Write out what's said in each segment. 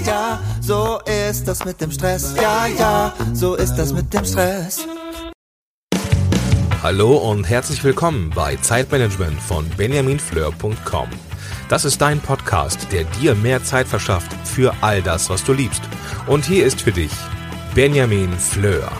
ja, so ist das mit dem Stress. Ja, ja, so ist das mit dem Stress. Hallo und herzlich willkommen bei Zeitmanagement von benjaminfleur.com. Das ist dein Podcast, der dir mehr Zeit verschafft für all das, was du liebst. Und hier ist für dich Benjamin Fleur.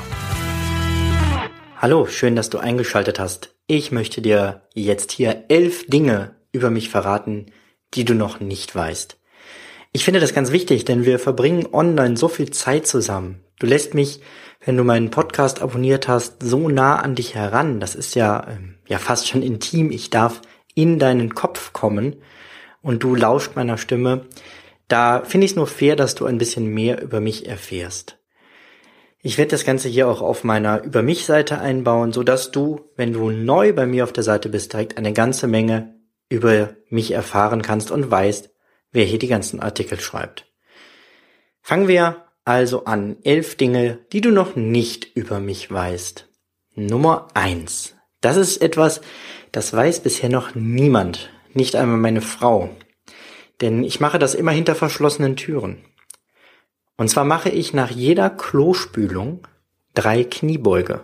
Hallo, schön, dass du eingeschaltet hast. Ich möchte dir jetzt hier 11 Dinge über mich verraten, die du noch nicht weißt. Ich finde das ganz wichtig, denn wir verbringen online so viel Zeit zusammen. Du lässt mich, wenn du meinen Podcast abonniert hast, so nah an dich heran. Das ist ja fast schon intim. Ich darf in deinen Kopf kommen und du lauscht meiner Stimme. Da finde ich es nur fair, dass du ein bisschen mehr über mich erfährst. Ich werde das Ganze hier auch auf meiner Über mich Seite einbauen, sodass du, wenn du neu bei mir auf der Seite bist, direkt eine ganze Menge über mich erfahren kannst und weißt, wer hier die ganzen Artikel schreibt. Fangen wir also an. 11 Dinge, die du noch nicht über mich weißt. Nummer 1. Das ist etwas, das weiß bisher noch niemand, nicht einmal meine Frau. Denn ich mache das immer hinter verschlossenen Türen. Und zwar mache ich nach jeder Klospülung 3 Kniebeuge.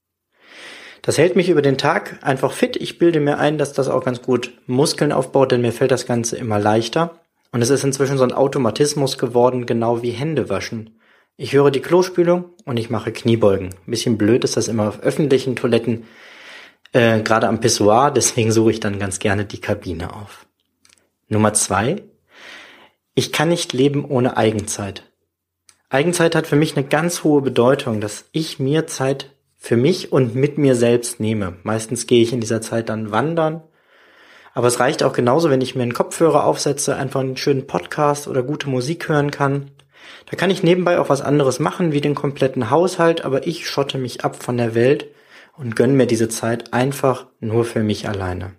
Das hält mich über den Tag einfach fit. Ich bilde mir ein, dass das auch ganz gut Muskeln aufbaut, denn mir fällt das Ganze immer leichter. Und es ist inzwischen so ein Automatismus geworden, genau wie Hände waschen. Ich höre die Klospülung und ich mache Kniebeugen. Ein bisschen blöd ist das immer auf öffentlichen Toiletten, gerade am Pissoir, deswegen suche ich dann ganz gerne die Kabine auf. Nummer 2. Ich kann nicht leben ohne Eigenzeit. Eigenzeit hat für mich eine ganz hohe Bedeutung, dass ich mir Zeit für mich und mit mir selbst nehme. Meistens gehe ich in dieser Zeit dann wandern, aber es reicht auch genauso, wenn ich mir einen Kopfhörer aufsetze, einfach einen schönen Podcast oder gute Musik hören kann. Da kann ich nebenbei auch was anderes machen, wie den kompletten Haushalt, aber ich schotte mich ab von der Welt und gönne mir diese Zeit einfach nur für mich alleine.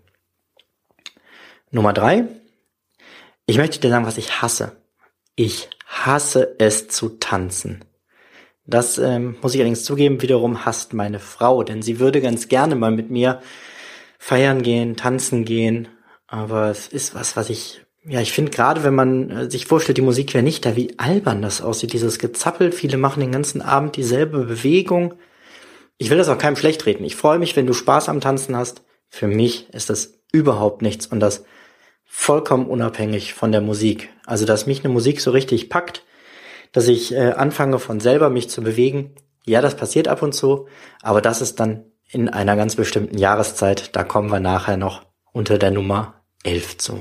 Nummer 3. Ich möchte dir sagen, was ich hasse. Ich hasse es zu tanzen. Das muss ich allerdings zugeben, wiederum hasst meine Frau, denn sie würde ganz gerne mal mit mir feiern gehen, tanzen gehen, aber es ist was ich finde gerade, wenn man sich vorstellt, die Musik wäre nicht da, wie albern das aussieht, dieses Gezappel, viele machen den ganzen Abend dieselbe Bewegung. Ich will das auch keinem schlecht reden. Ich freue mich, wenn du Spaß am Tanzen hast. Für mich ist das überhaupt nichts und das vollkommen unabhängig von der Musik. Also, dass mich eine Musik so richtig packt, dass ich anfange von selber mich zu bewegen. Ja, das passiert ab und zu, aber das ist dann in einer ganz bestimmten Jahreszeit. Da kommen wir nachher noch unter der Nummer 11 zu.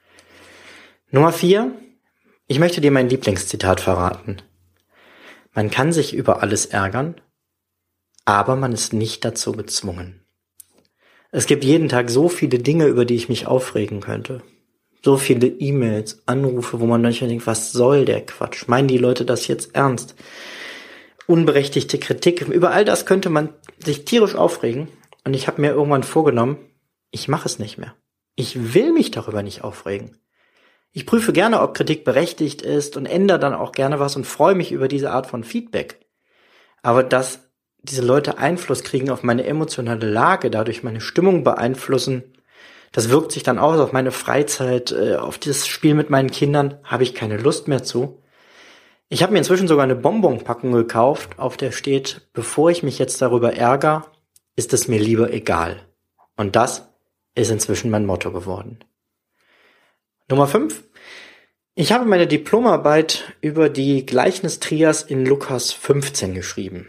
Nummer 4. Ich möchte dir mein Lieblingszitat verraten. Man kann sich über alles ärgern, aber man ist nicht dazu gezwungen. Es gibt jeden Tag so viele Dinge, über die ich mich aufregen könnte. So viele E-Mails, Anrufe, wo man manchmal denkt, was soll der Quatsch? Meinen die Leute das jetzt ernst? Unberechtigte Kritik. Über all das könnte man sich tierisch aufregen. Und ich habe mir irgendwann vorgenommen, ich mache es nicht mehr. Ich will mich darüber nicht aufregen. Ich prüfe gerne, ob Kritik berechtigt ist und ändere dann auch gerne was und freue mich über diese Art von Feedback. Aber dass diese Leute Einfluss kriegen auf meine emotionale Lage, dadurch meine Stimmung beeinflussen, das wirkt sich dann aus auf meine Freizeit, auf das Spiel mit meinen Kindern, habe ich keine Lust mehr zu. Ich habe mir inzwischen sogar eine Bonbonpackung gekauft, auf der steht, bevor ich mich jetzt darüber ärgere, ist es mir lieber egal. Und das ist inzwischen mein Motto geworden. Nummer 5. Ich habe meine Diplomarbeit über die Gleichnistrias in Lukas 15 geschrieben.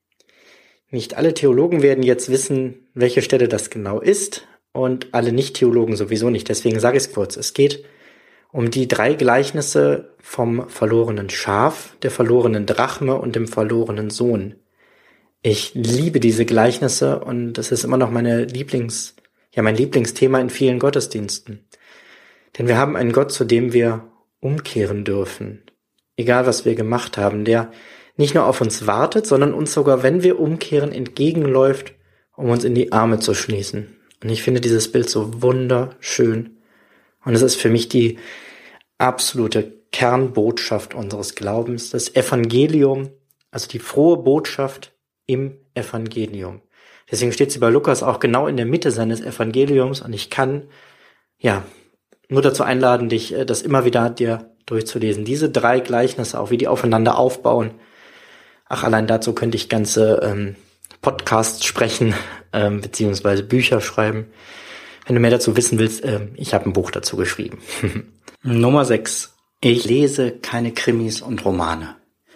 Nicht alle Theologen werden jetzt wissen, welche Stelle das genau ist und alle Nicht-Theologen sowieso nicht. Deswegen sage ich es kurz. Es geht um die 3 Gleichnisse vom verlorenen Schaf, der verlorenen Drachme und dem verlorenen Sohn. Ich liebe diese Gleichnisse und das ist immer noch mein Lieblingsthema in vielen Gottesdiensten. Denn wir haben einen Gott, zu dem wir umkehren dürfen. Egal, was wir gemacht haben, der nicht nur auf uns wartet, sondern uns sogar, wenn wir umkehren, entgegenläuft, um uns in die Arme zu schließen. Und ich finde dieses Bild so wunderschön. Und es ist für mich die absolute Kernbotschaft unseres Glaubens, das Evangelium, also die frohe Botschaft im Evangelium. Deswegen steht sie bei Lukas auch genau in der Mitte seines Evangeliums und ich kann, nur dazu einladen, dich das immer wieder dir durchzulesen. Diese 3 Gleichnisse, auch wie die aufeinander aufbauen. Ach, allein dazu könnte ich ganze Podcasts sprechen, beziehungsweise Bücher schreiben. Wenn du mehr dazu wissen willst, ich habe ein Buch dazu geschrieben. Nummer 6. Ich lese keine Krimis und Romane.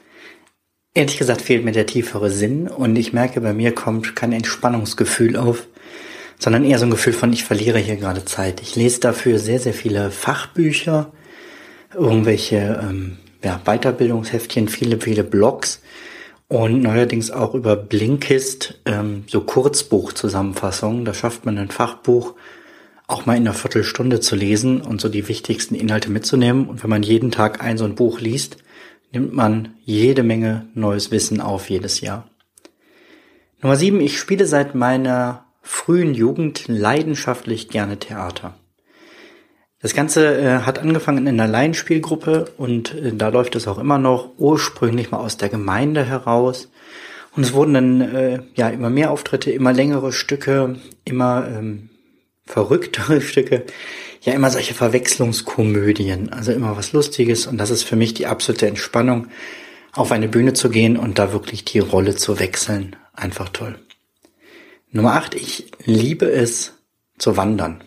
Ehrlich gesagt fehlt mir der tiefere Sinn und ich merke, bei mir kommt kein Entspannungsgefühl auf, sondern eher so ein Gefühl von, ich verliere hier gerade Zeit. Ich lese dafür sehr, sehr viele Fachbücher, irgendwelche Weiterbildungsheftchen, viele, viele Blogs und neuerdings auch über Blinkist so Kurzbuchzusammenfassungen. Da schafft man ein Fachbuch auch mal in einer Viertelstunde zu lesen und so die wichtigsten Inhalte mitzunehmen. Und wenn man jeden Tag so ein Buch liest, nimmt man jede Menge neues Wissen auf jedes Jahr. Nummer 7. Ich spiele seit meiner frühen Jugend leidenschaftlich gerne Theater. Das Ganze hat angefangen in einer Laienspielgruppe und da läuft es auch immer noch, ursprünglich mal aus der Gemeinde heraus. Und es wurden dann immer mehr Auftritte, immer längere Stücke, immer verrücktere Stücke, ja immer solche Verwechslungskomödien, also immer was Lustiges und das ist für mich die absolute Entspannung, auf eine Bühne zu gehen und da wirklich die Rolle zu wechseln. Einfach toll. Nummer 8, ich liebe es zu wandern.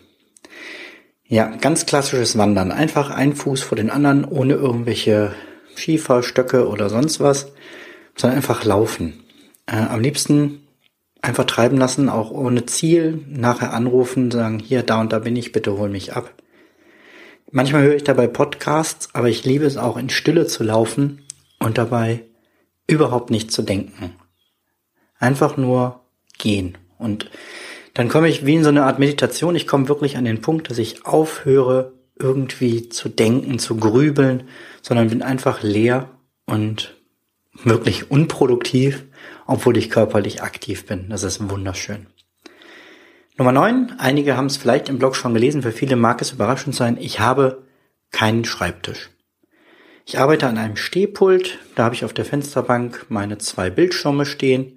Ja, ganz klassisches Wandern. Einfach ein Fuß vor den anderen, ohne irgendwelche Schiefer, Stöcke oder sonst was, sondern einfach laufen. Am liebsten einfach treiben lassen, auch ohne Ziel, nachher anrufen, sagen, hier, da und da bin ich, bitte hol mich ab. Manchmal höre ich dabei Podcasts, aber ich liebe es auch in Stille zu laufen und dabei überhaupt nicht zu denken. Einfach nur gehen. Und dann komme ich wie in so eine Art Meditation, ich komme wirklich an den Punkt, dass ich aufhöre, irgendwie zu denken, zu grübeln, sondern bin einfach leer und wirklich unproduktiv, obwohl ich körperlich aktiv bin. Das ist wunderschön. Nummer 9, einige haben es vielleicht im Blog schon gelesen, für viele mag es überraschend sein, ich habe keinen Schreibtisch. Ich arbeite an einem Stehpult, da habe ich auf der Fensterbank meine 2 Bildschirme stehen,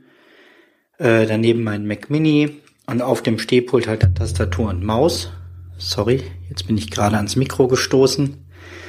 daneben mein Mac Mini und auf dem Stehpult halt Tastatur und Maus. Sorry, jetzt bin ich gerade ans Mikro gestoßen.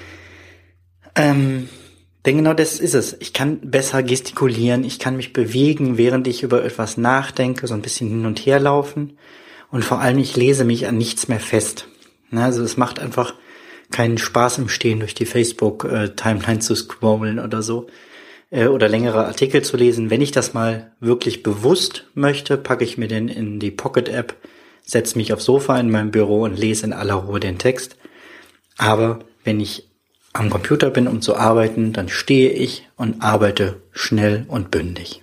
Denn genau das ist es. Ich kann besser gestikulieren, ich kann mich bewegen, während ich über etwas nachdenke, so ein bisschen hin und her laufen. Und vor allem, ich lese mich an nichts mehr fest. Also es macht einfach keinen Spaß im Stehen durch die Facebook-Timeline zu scrollen oder so. Oder längere Artikel zu lesen. Wenn ich das mal wirklich bewusst möchte, packe ich mir den in die Pocket-App, setze mich aufs Sofa in meinem Büro und lese in aller Ruhe den Text. Aber wenn ich am Computer bin, um zu arbeiten, dann stehe ich und arbeite schnell und bündig.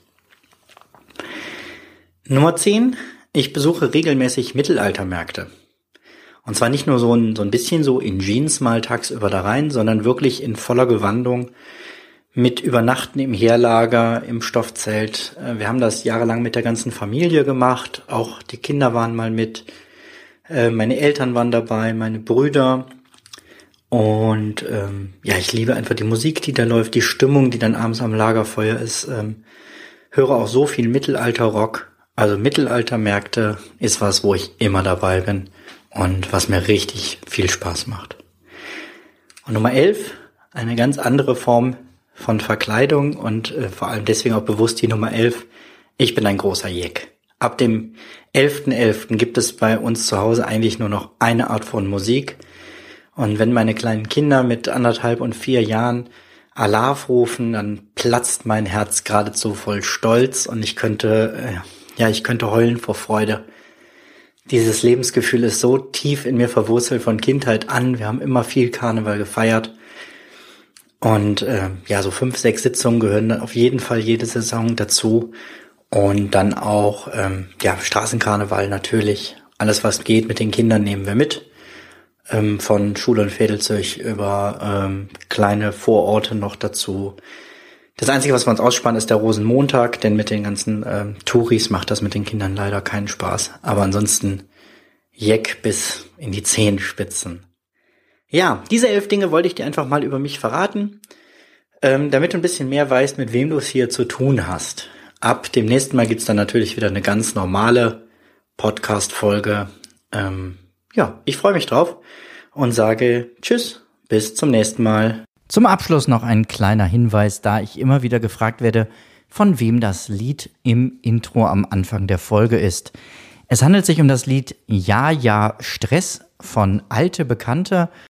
Nummer 10. Ich besuche regelmäßig Mittelaltermärkte. Und zwar nicht nur so ein bisschen so in Jeans mal tagsüber da rein, sondern wirklich in voller Gewandung mit Übernachten im Heerlager, im Stoffzelt. Wir haben das jahrelang mit der ganzen Familie gemacht. Auch die Kinder waren mal mit. Meine Eltern waren dabei, meine Brüder. Und ich liebe einfach die Musik, die da läuft, die Stimmung, die dann abends am Lagerfeuer ist. Höre auch so viel Mittelalter-Rock. Also Mittelaltermärkte ist was, wo ich immer dabei bin und was mir richtig viel Spaß macht. Und Nummer 11, eine ganz andere Form von Verkleidung und vor allem deswegen auch bewusst die Nummer 11. Ich bin ein großer Jeck. Ab dem 11.11. gibt es bei uns zu Hause eigentlich nur noch eine Art von Musik. Und wenn meine kleinen Kinder mit 1,5 und 4 Jahren Alarv rufen, dann platzt mein Herz geradezu voll Stolz und ich könnte heulen vor Freude. Dieses Lebensgefühl ist so tief in mir verwurzelt von Kindheit an. Wir haben immer viel Karneval gefeiert. Und so 5, 6 Sitzungen gehören dann auf jeden Fall jede Saison dazu. Und dann auch Straßenkarneval natürlich. Alles, was geht mit den Kindern, nehmen wir mit. Von Schule und Vedelzöch über kleine Vororte noch dazu. Das Einzige, was wir uns aussparen, ist der Rosenmontag, denn mit den ganzen Touris macht das mit den Kindern leider keinen Spaß. Aber ansonsten Jeck bis in die Zehenspitzen. Ja, diese 11 Dinge wollte ich dir einfach mal über mich verraten, damit du ein bisschen mehr weißt, mit wem du es hier zu tun hast. Ab dem nächsten Mal gibt's dann natürlich wieder eine ganz normale Podcast-Folge. Ich freue mich drauf und sage Tschüss, bis zum nächsten Mal. Zum Abschluss noch ein kleiner Hinweis, da ich immer wieder gefragt werde, von wem das Lied im Intro am Anfang der Folge ist. Es handelt sich um das Lied Ja, ja, Stress von Alte Bekannte